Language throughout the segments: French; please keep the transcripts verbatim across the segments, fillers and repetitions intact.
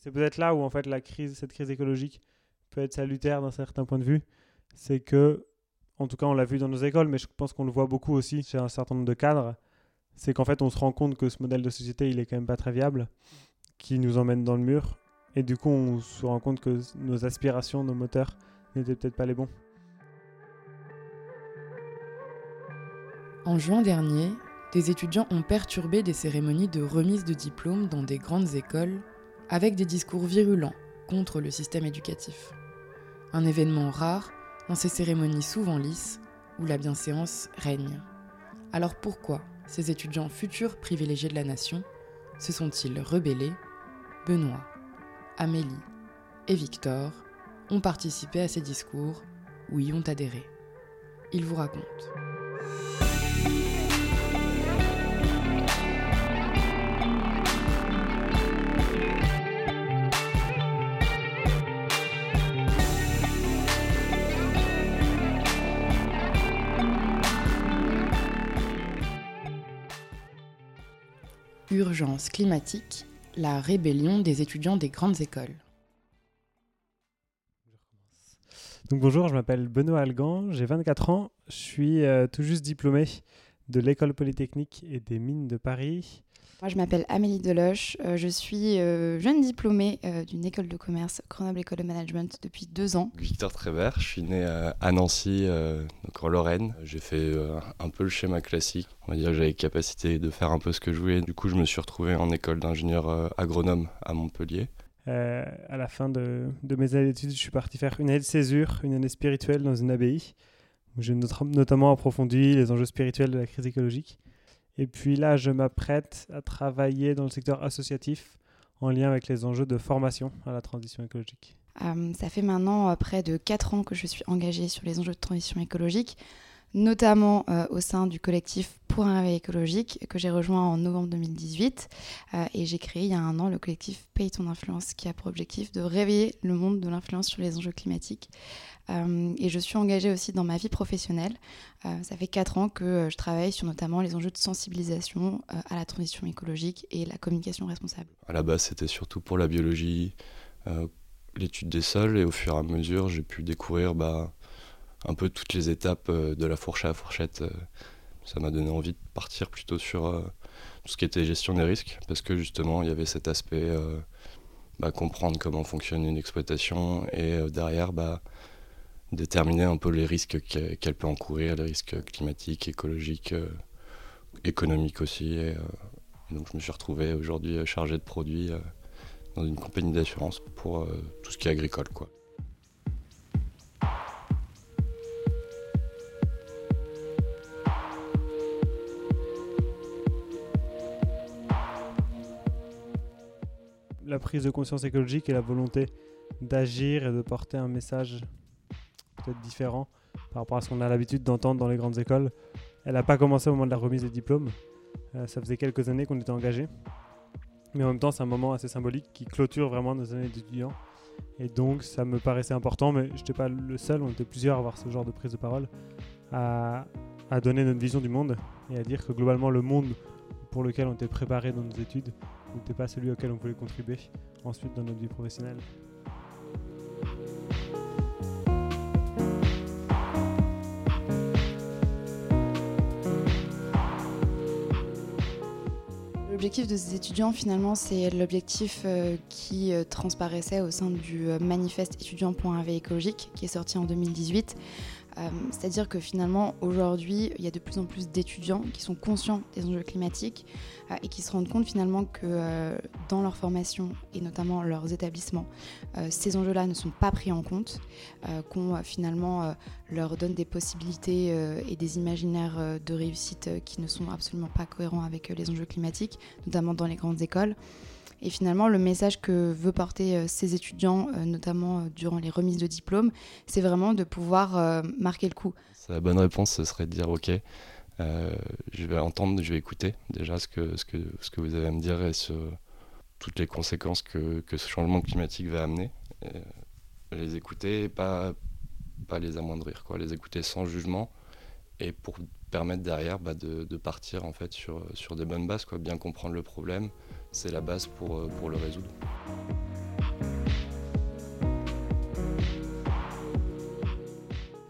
C'est peut-être là où en fait la crise, cette crise écologique peut être salutaire d'un certain point de vue. C'est que, en tout cas on l'a vu dans nos écoles, mais je pense qu'on le voit beaucoup aussi chez un certain nombre de cadres, c'est qu'en fait on se rend compte que ce modèle de société il est quand même pas très viable, qui nous emmène dans le mur, et du coup on se rend compte que nos aspirations, nos moteurs n'étaient peut-être pas les bons. En juin dernier, des étudiants ont perturbé des cérémonies de remise de diplômes dans des grandes écoles avec des discours virulents contre le système éducatif. Un événement rare dans ces cérémonies souvent lisses où la bienséance règne. Alors pourquoi ces étudiants futurs privilégiés de la nation se sont-ils rebellés ? Benoît, Amélie et Victor ont participé à ces discours ou y ont adhéré. Ils vous racontent. Urgence climatique, la rébellion des étudiants des grandes écoles. Donc bonjour, je m'appelle Benoît Algan, j'ai vingt-quatre ans, je suis euh, tout juste diplômé de l'École Polytechnique et des Mines de Paris. Moi, je m'appelle Amélie Deloche, euh, je suis euh, jeune diplômée euh, d'une école de commerce, Grenoble École de Management, depuis deux ans. Victor Trébert, je suis né euh, à Nancy, euh, donc en Lorraine. J'ai fait euh, un peu le schéma classique. On va dire que j'avais capacité de faire un peu ce que je voulais. Du coup, je me suis retrouvé en école d'ingénieur euh, agronome à Montpellier. Euh, à la fin de, de mes années d'études, je suis parti faire une année de césure, une année spirituelle dans une abbaye, où j'ai not- notamment approfondi les enjeux spirituels de la crise écologique. Et puis là, je m'apprête à travailler dans le secteur associatif en lien avec les enjeux de formation à la transition écologique. Euh, ça fait maintenant euh, près de quatre ans que je suis engagée sur les enjeux de transition écologique, notamment euh, au sein du collectif Pour un réveil écologique que j'ai rejoint en novembre deux mille dix-huit euh, et j'ai créé il y a un an le collectif Paye ton influence qui a pour objectif de réveiller le monde de l'influence sur les enjeux climatiques. Euh, et je suis engagée aussi dans ma vie professionnelle. Euh, ça fait quatre ans que euh, je travaille sur notamment les enjeux de sensibilisation euh, à la transition écologique et la communication responsable. À la base, c'était surtout pour la biologie, euh, l'étude des sols, et au fur et à mesure, j'ai pu découvrir bah, un peu toutes les étapes euh, de la fourche à la fourchette. Euh, ça m'a donné envie de partir plutôt sur euh, tout ce qui était gestion des risques, parce que justement, il y avait cet aspect euh, bah, comprendre comment fonctionne une exploitation et euh, derrière, bah, déterminer un peu les risques qu'elle peut encourir, les risques climatiques, écologiques, euh, économiques aussi. Et, euh, et donc je me suis retrouvé aujourd'hui chargé de produits euh, dans une compagnie d'assurance pour euh, tout ce qui est agricole, quoi. La prise de conscience écologique et la volonté d'agir et de porter un message peut-être différent par rapport à ce qu'on a l'habitude d'entendre dans les grandes écoles. Elle n'a pas commencé au moment de la remise des diplômes. Euh, ça faisait quelques années qu'on était engagés. Mais en même temps, c'est un moment assez symbolique qui clôture vraiment nos années d'étudiants. Et donc, ça me paraissait important, mais je n'étais pas le seul, on était plusieurs à avoir ce genre de prise de parole, à, à donner notre vision du monde et à dire que globalement, le monde pour lequel on était préparé dans nos études n'était pas celui auquel on voulait contribuer ensuite dans notre vie professionnelle. L'objectif de ces étudiants, finalement, c'est l'objectif euh, qui euh, transparaissait au sein du euh, manifeste étudiant pour un réveil écologique qui est sorti en deux mille dix-huit. Euh, c'est-à-dire que finalement, aujourd'hui, il y a de plus en plus d'étudiants qui sont conscients des enjeux climatiques euh, et qui se rendent compte finalement que euh, dans leur formation et notamment leurs établissements, euh, ces enjeux-là ne sont pas pris en compte, euh, qu'on euh, finalement euh, leur donne des possibilités euh, et des imaginaires euh, de réussite euh, qui ne sont absolument pas cohérents avec euh, les enjeux climatiques, notamment dans les grandes écoles. Et finalement, le message que veut porter euh, ces étudiants, euh, notamment euh, durant les remises de diplômes, c'est vraiment de pouvoir euh, marquer le coup. La bonne réponse, ce serait de dire ok, euh, je vais entendre, je vais écouter déjà ce que, ce que, ce que vous avez à me dire et sur toutes les conséquences que, que ce changement climatique va amener. Et, euh, les écouter et pas, pas les amoindrir, quoi, les écouter sans jugement et pour permettre derrière bah, de, de partir en fait, sur, sur des bonnes bases, quoi, bien comprendre le problème. C'est la base pour, pour le résoudre.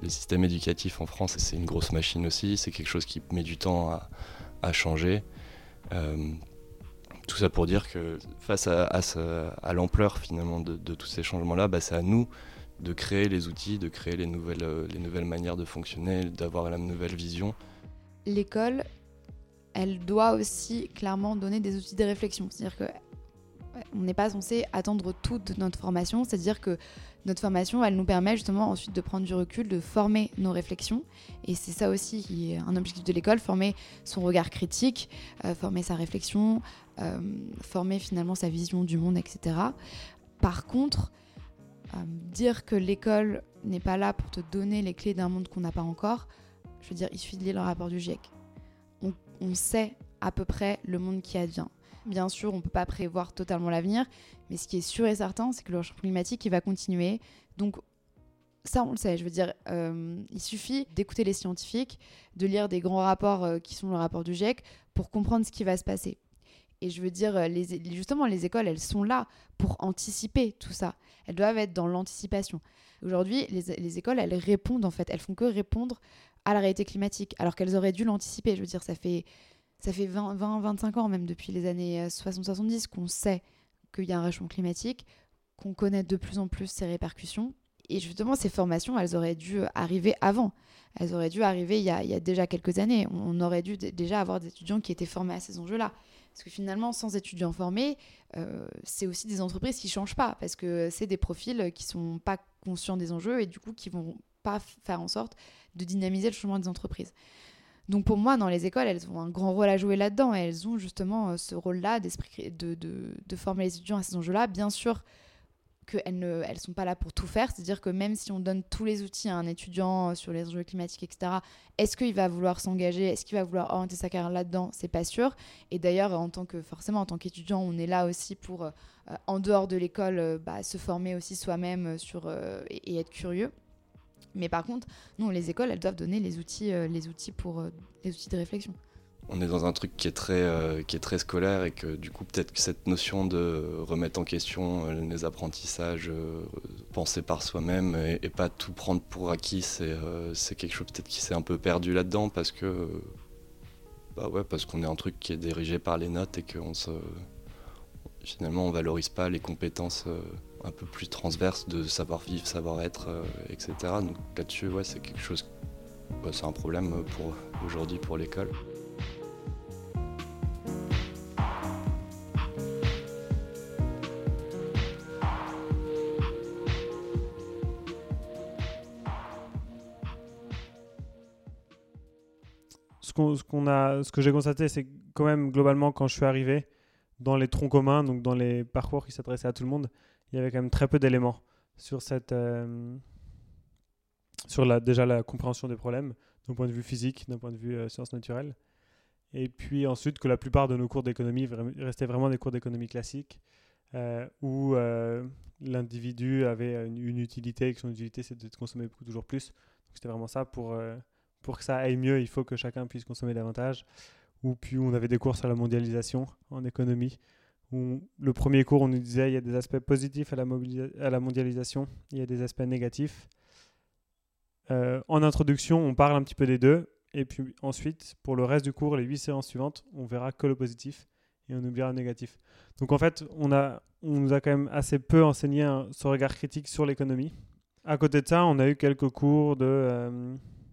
le système éducatif en France, c'est une grosse machine aussi, c'est quelque chose qui met du temps à, à changer. Euh, tout ça pour dire que face à, à, ce, à l'ampleur finalement de, de tous ces changements-là, bah, c'est à nous de créer les outils, de créer les nouvelles, euh, les nouvelles manières de fonctionner, d'avoir la nouvelle vision. L'école, elle doit aussi clairement donner des outils de réflexion. C'est-à-dire que ouais, on n'est pas censé attendre tout de notre formation, c'est-à-dire que notre formation, elle nous permet justement ensuite de prendre du recul, de former nos réflexions. Et c'est ça aussi qui est un objectif de l'école, former son regard critique, euh, former sa réflexion, euh, former finalement sa vision du monde, et cetera. Par contre, euh, dire que l'école n'est pas là pour te donner les clés d'un monde qu'on n'a pas encore, je veux dire, il suffit de lire le rapport du GIEC. On, on sait à peu près le monde qui advient. Bien sûr, on ne peut pas prévoir totalement l'avenir, mais ce qui est sûr et certain, c'est que le changement climatique, il va continuer. Donc, ça, on le sait. Je veux dire, euh, il suffit d'écouter les scientifiques, de lire des grands rapports euh, qui sont le rapport du GIEC pour comprendre ce qui va se passer. Et je veux dire, les, justement, les écoles, elles sont là pour anticiper tout ça. Elles doivent être dans l'anticipation. Aujourd'hui, les, les écoles, elles répondent, en fait. Elles font que répondre à la réalité climatique, alors qu'elles auraient dû l'anticiper. Je veux dire, ça fait... Ça fait vingt à vingt-cinq ans, même depuis les années soixante soixante-dix, qu'on sait qu'il y a un réchauffement climatique, qu'on connaît de plus en plus ses répercussions. Et justement, ces formations, elles auraient dû arriver avant. Elles auraient dû arriver il y a, il y a déjà quelques années. On aurait dû d- déjà avoir des étudiants qui étaient formés à ces enjeux-là. Parce que finalement, sans étudiants formés, euh, c'est aussi des entreprises qui ne changent pas. Parce que c'est des profils qui ne sont pas conscients des enjeux et du coup, qui ne vont pas faire en sorte de dynamiser le changement des entreprises. Donc pour moi, dans les écoles, elles ont un grand rôle à jouer là-dedans et elles ont justement ce rôle-là d'esprit, de, de, de former les étudiants à ces enjeux-là. Bien sûr qu'elles ne elles sont pas là pour tout faire, c'est-à-dire que même si on donne tous les outils à un étudiant sur les enjeux climatiques, et cetera, est-ce qu'il va vouloir s'engager, est-ce qu'il va vouloir orienter sa carrière là-dedans? C'est pas sûr. Et d'ailleurs, en tant que, forcément, en tant qu'étudiant, on est là aussi pour, euh, en dehors de l'école, euh, bah, se former aussi soi-même sur, euh, et, et être curieux. Mais par contre, non, les écoles, elles doivent donner les outils, euh, les outils pour euh, les outils de réflexion. On est dans un truc qui est très, euh, qui est très scolaire et que du coup, peut-être que cette notion de remettre en question euh, les apprentissages euh, pensés par soi-même et, et pas tout prendre pour acquis, c'est, euh, c'est quelque chose peut-être qui s'est un peu perdu là-dedans parce que, euh, bah ouais, parce qu'on est un truc qui est dirigé par les notes et qu'on se, finalement, on valorise pas les compétences euh, un peu plus transverses de savoir-vivre, savoir-être, euh, et cetera. Donc là-dessus, ouais, c'est quelque chose, bah, c'est un problème pour aujourd'hui pour l'école. Ce, qu'on, ce, qu'on a, ce que j'ai constaté, c'est que quand même, globalement, quand je suis arrivé, dans les troncs communs, donc dans les parcours qui s'adressaient à tout le monde, il y avait quand même très peu d'éléments sur, cette, euh, sur la, déjà la compréhension des problèmes, d'un point de vue physique, d'un point de vue euh, sciences naturelles. Et puis ensuite, que la plupart de nos cours d'économie restaient vraiment des cours d'économie classiques, euh, où euh, l'individu avait une, une utilité, et que son utilité c'était de consommer beaucoup, toujours plus. Donc c'était vraiment ça, pour, euh, pour que ça aille mieux, il faut que chacun puisse consommer davantage. Ou puis on avait des cours sur la mondialisation en économie, où le premier cours on nous disait il y a des aspects positifs à la, mobili- à la mondialisation, il y a des aspects négatifs. Euh, en introduction, on parle un petit peu des deux, et puis ensuite, pour le reste du cours, les huit séances suivantes, on verra que le positif et on oubliera le négatif. Donc en fait, on, a, on nous a quand même assez peu enseigné un, ce regard critique sur l'économie. À côté de ça, on a eu quelques cours de... Euh,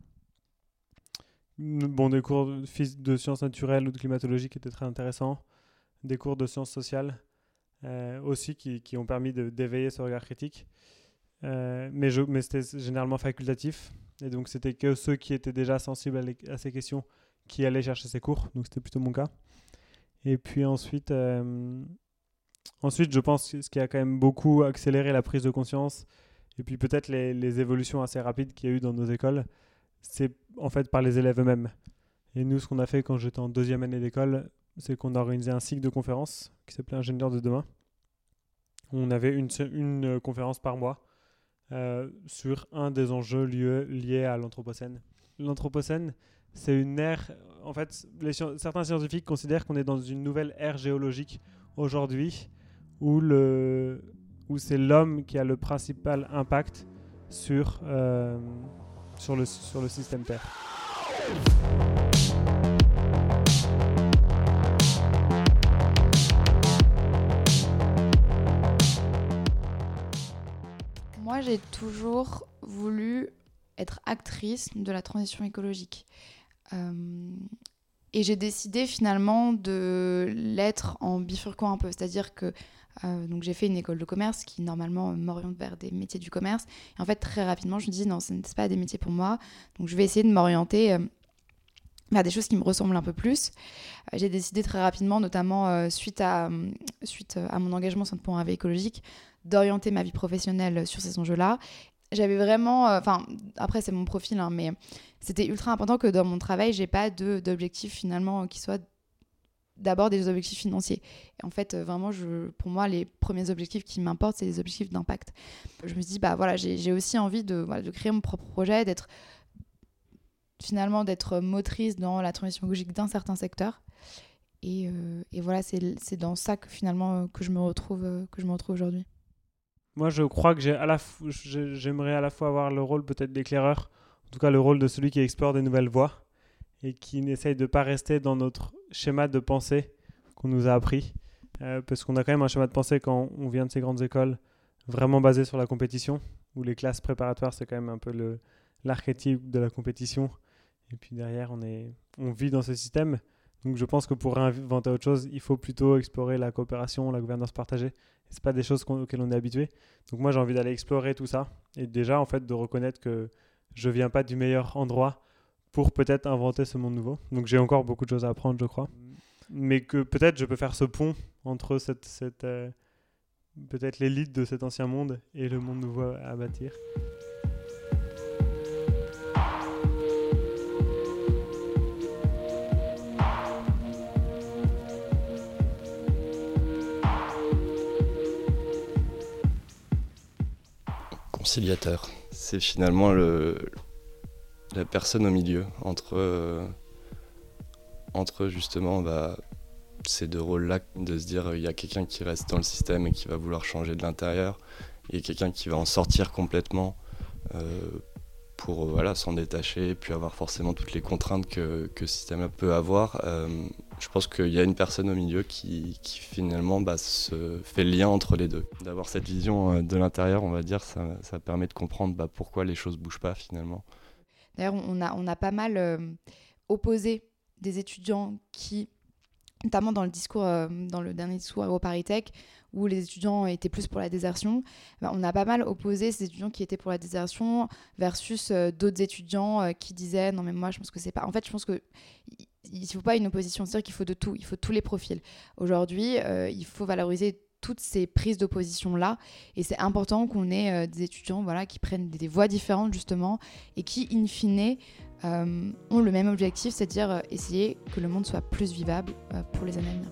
Bon, des cours de, de sciences naturelles ou de climatologie qui étaient très intéressants, des cours de sciences sociales euh, aussi qui, qui ont permis de, d'éveiller ce regard critique, euh, mais, je, mais c'était généralement facultatif, et donc c'était que ceux qui étaient déjà sensibles à, les, à ces questions qui allaient chercher ces cours, donc c'était plutôt mon cas. Et puis ensuite, euh, ensuite je pense que ce qui a quand même beaucoup accéléré la prise de conscience, et puis peut-être les, les évolutions assez rapides qu'il y a eu dans nos écoles, c'est en fait par les élèves eux-mêmes. Et nous, ce qu'on a fait quand j'étais en deuxième année d'école, c'est qu'on a organisé un cycle de conférences qui s'appelait Ingénieur de demain. On avait une, une conférence par mois euh, sur un des enjeux liés, liés à l'Anthropocène. L'Anthropocène, c'est une ère... En fait, les, certains scientifiques considèrent qu'on est dans une nouvelle ère géologique aujourd'hui où, le, où c'est l'homme qui a le principal impact sur... Euh, sur, le, sur le système pair. Moi, j'ai toujours voulu être actrice de la transition écologique. Euh, et j'ai décidé finalement de l'être en bifurquant un peu. C'est-à-dire que euh, donc j'ai fait une école de commerce qui normalement m'oriente vers des métiers du commerce. Et en fait, très rapidement, je me dis non, ce n'est pas des métiers pour moi. Donc je vais essayer de m'orienter euh, vers des choses qui me ressemblent un peu plus. Euh, j'ai décidé très rapidement, notamment euh, suite, à, euh, suite à mon engagement au sein de Pont A V écologique, d'orienter ma vie professionnelle sur ces enjeux-là. J'avais vraiment... Enfin, euh, après, c'est mon profil, hein, mais c'était ultra important que dans mon travail, j'ai pas de, d'objectifs finalement qui soient d'abord des objectifs financiers. Et en fait, vraiment, je, pour moi, les premiers objectifs qui m'importent, c'est les objectifs d'impact. Je me dis, bah voilà, j'ai, j'ai aussi envie de, voilà, de créer mon propre projet, d'être finalement d'être motrice dans la transition écologique d'un certain secteur. Et, euh, et voilà, c'est, c'est dans ça que finalement que je me retrouve, que je me retrouve aujourd'hui. Moi, je crois que j'ai à la f... j'aimerais à la fois avoir le rôle peut-être d'éclaireur, en tout cas le rôle de celui qui explore des nouvelles voies et qui n'essaye de ne pas rester dans notre schéma de pensée qu'on nous a appris. Euh, parce qu'on a quand même un schéma de pensée quand on vient de ces grandes écoles vraiment basé sur la compétition, où les classes préparatoires, c'est quand même un peu le, l'archétype de la compétition. Et puis derrière, on, est, on vit dans ce système. Donc je pense que pour réinventer autre chose, il faut plutôt explorer la coopération, la gouvernance partagée. Ce pas des choses auxquelles on est habitué. Donc moi, j'ai envie d'aller explorer tout ça. Et déjà, en fait, de reconnaître que je viens pas du meilleur endroit pour peut-être inventer ce monde nouveau. Donc j'ai encore beaucoup de choses à apprendre, je crois. Mais que peut-être je peux faire ce pont entre cette, cette, euh, peut-être l'élite de cet ancien monde et le monde nouveau à bâtir. Conciliateur, c'est finalement le, la personne au milieu entre, euh, entre justement bah, ces deux rôles-là, de se dire il y a quelqu'un qui reste dans le système et qui va vouloir changer de l'intérieur, et quelqu'un qui va en sortir complètement euh, pour voilà, s'en détacher et puis avoir forcément toutes les contraintes que, que ce système peut avoir. Euh, je pense qu'il y a une personne au milieu qui, qui finalement bah, se fait le lien entre les deux. D'avoir cette vision de l'intérieur, on va dire, ça, ça permet de comprendre bah, pourquoi les choses ne bougent pas finalement. D'ailleurs, on a, on a pas mal euh, opposé des étudiants qui, notamment dans le discours, euh, dans le dernier discours AgroParisTech, où les étudiants étaient plus pour la désertion, ben, on a pas mal opposé ces étudiants qui étaient pour la désertion versus euh, d'autres étudiants euh, qui disaient non mais moi je pense que c'est pas... En fait, je pense que il ne faut pas une opposition, c'est-à-dire qu'il faut de tout, il faut tous les profils. Aujourd'hui, euh, il faut valoriser toutes ces prises d'opposition-là, et c'est important qu'on ait euh, des étudiants voilà, qui prennent des, des voies différentes justement, et qui, in fine, euh, ont le même objectif, c'est-à-dire euh, essayer que le monde soit plus vivable euh, pour les années à venir.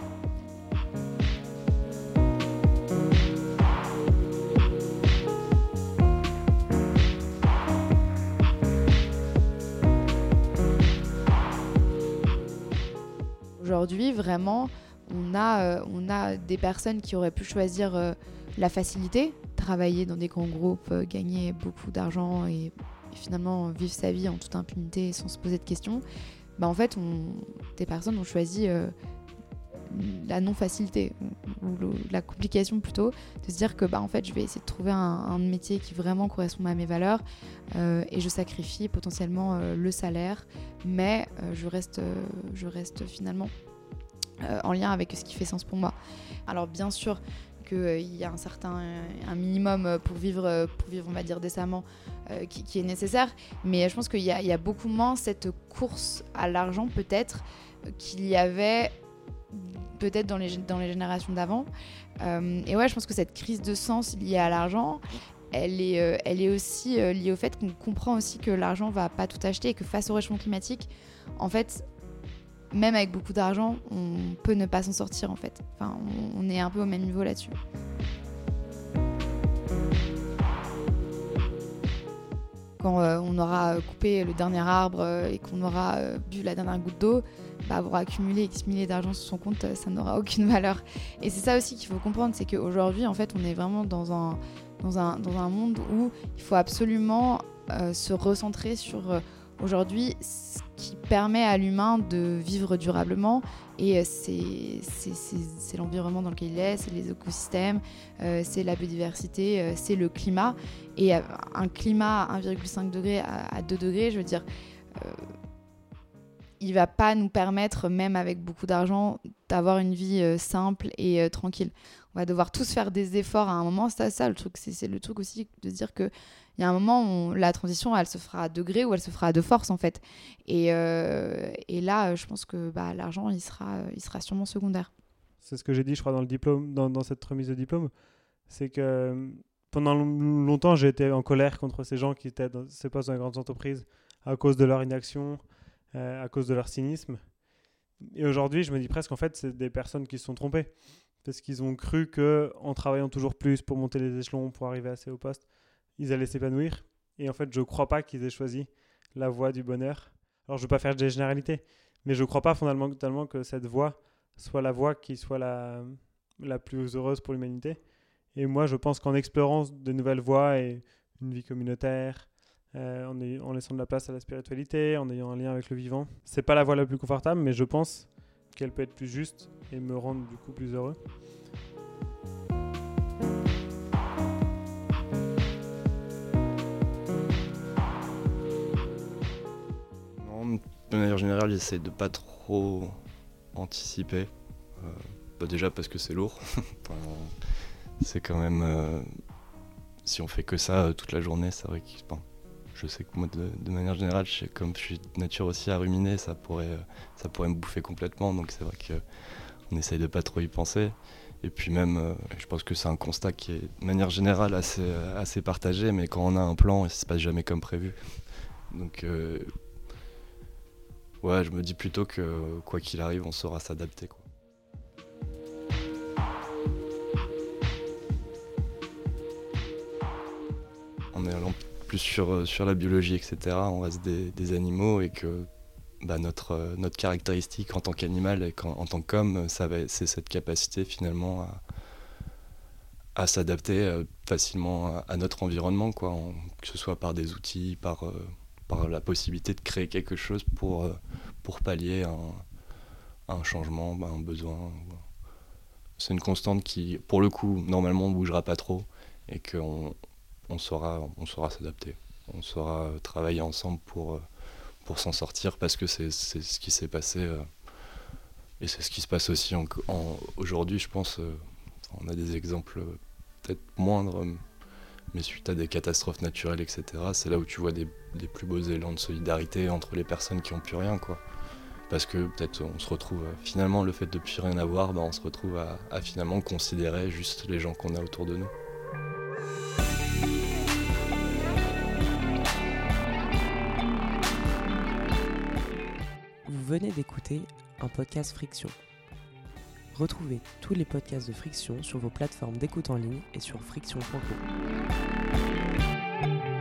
Aujourd'hui, vraiment, on a, euh, on a des personnes qui auraient pu choisir euh, la facilité, travailler dans des grands groupes, euh, gagner beaucoup d'argent et, et finalement vivre sa vie en toute impunité sans se poser de questions. Bah, en fait, on, des personnes ont choisi euh, la non-facilité, ou le, la complication plutôt, de se dire que bah, en fait, je vais essayer de trouver un, un métier qui vraiment correspond à mes valeurs euh, et je sacrifie potentiellement euh, le salaire, mais euh, je, reste, euh, je reste finalement euh, en lien avec ce qui fait sens pour moi. Alors bien sûr qu'il euh, y a un certain un minimum pour vivre, pour vivre on va dire décemment euh, qui, qui est nécessaire, mais je pense qu'il y a, il y a beaucoup moins cette course à l'argent peut-être qu'il y avait peut-être dans les, dans les générations d'avant. Euh, et ouais, je pense que cette crise de sens liée à l'argent, elle est, euh, elle est aussi euh, liée au fait qu'on comprend aussi que l'argent va pas tout acheter et que face au réchauffement climatique, en fait, même avec beaucoup d'argent, on peut ne pas s'en sortir en fait. Enfin, on, on est un peu au même niveau là-dessus. Quand euh, on aura coupé le dernier arbre euh, et qu'on aura euh, bu la dernière goutte d'eau, bah, avoir accumulé X milliers d'argent sur son compte, ça n'aura aucune valeur. Et c'est ça aussi qu'il faut comprendre, c'est qu'aujourd'hui, en fait, on est vraiment dans un, dans un, dans un monde où il faut absolument euh, se recentrer sur euh, aujourd'hui ce qui permet à l'humain de vivre durablement. Et euh, c'est, c'est, c'est, c'est l'environnement dans lequel il est, c'est les écosystèmes, euh, c'est la biodiversité, euh, c'est le climat. Et euh, un climat à un virgule cinq degré, à, à deux degrés, je veux dire... Euh, il ne va pas nous permettre, même avec beaucoup d'argent, d'avoir une vie euh, simple et euh, tranquille. On va devoir tous faire des efforts à un moment. C'est ça, ça le truc. C'est, c'est le truc aussi de se dire qu'il y a un moment où la transition, elle se fera à degré ou elle se fera à de force, en fait. Et, euh, et là, je pense que bah, l'argent, il sera, il sera sûrement secondaire. C'est ce que j'ai dit, je crois, dans, le diplôme, dans, dans cette remise de diplôme. C'est que pendant longtemps, j'ai été en colère contre ces gens qui étaient dans ces postes dans les grandes entreprises à cause de leur inaction, Euh, à cause de leur cynisme. Et aujourd'hui, je me dis presque en fait, c'est des personnes qui se sont trompées. Parce qu'ils ont cru qu'en travaillant toujours plus pour monter les échelons, pour arriver assez haut poste, ils allaient s'épanouir. Et en fait, je ne crois pas qu'ils aient choisi la voie du bonheur. Alors, je ne veux pas faire des généralités, mais je ne crois pas fondamentalement que cette voie soit la voie qui soit la, la plus heureuse pour l'humanité. Et moi, je pense qu'en explorant de nouvelles voies et une vie communautaire, Euh, en, ay- en laissant de la place à la spiritualité, en ayant un lien avec le vivant. C'est pas la voie la plus confortable, mais je pense qu'elle peut être plus juste et me rendre du coup plus heureux. Non, de manière générale, j'essaie de pas trop anticiper. Euh, bah déjà parce que c'est lourd. Enfin, c'est quand même... Euh, si on fait que ça euh, toute la journée, c'est vrai que... Enfin, je sais que moi, de, de manière générale, je sais, comme je suis de nature aussi à ruminer, ça pourrait, euh, ça pourrait me bouffer complètement. Donc c'est vrai qu'on essaye de pas trop y penser. Et puis même, euh, je pense que c'est un constat qui est de manière générale assez, euh, assez partagé, mais quand on a un plan, il se passe jamais comme prévu. Donc euh, ouais, je me dis plutôt que quoi qu'il arrive, on saura s'adapter, quoi. En allant plus sur, sur la biologie, et cetera, on reste des, des animaux et que bah, notre, notre caractéristique en tant qu'animal et en, en tant qu'homme, ça va, c'est cette capacité finalement à, à s'adapter facilement à, à notre environnement, quoi, en, que ce soit par des outils, par, euh, par la possibilité de créer quelque chose pour, euh, pour pallier un, un changement, bah, un besoin. C'est une constante qui, pour le coup, normalement ne bougera pas trop et qu'on on saura, on saura s'adapter. On saura travailler ensemble pour, pour s'en sortir parce que c'est, c'est ce qui s'est passé euh, et c'est ce qui se passe aussi en, en, aujourd'hui, je pense. Euh, on a des exemples euh, peut-être moindres, mais suite à des catastrophes naturelles, et cetera, c'est là où tu vois des, des plus beaux élans de solidarité entre les personnes qui n'ont plus rien, quoi. Parce que peut-être on se retrouve, euh, finalement, le fait de ne plus rien avoir, bah, on se retrouve à, à finalement considérer juste les gens qu'on a autour de nous. Vous venez d'écouter un podcast Friction. Retrouvez tous les podcasts de Friction sur vos plateformes d'écoute en ligne et sur friction point com.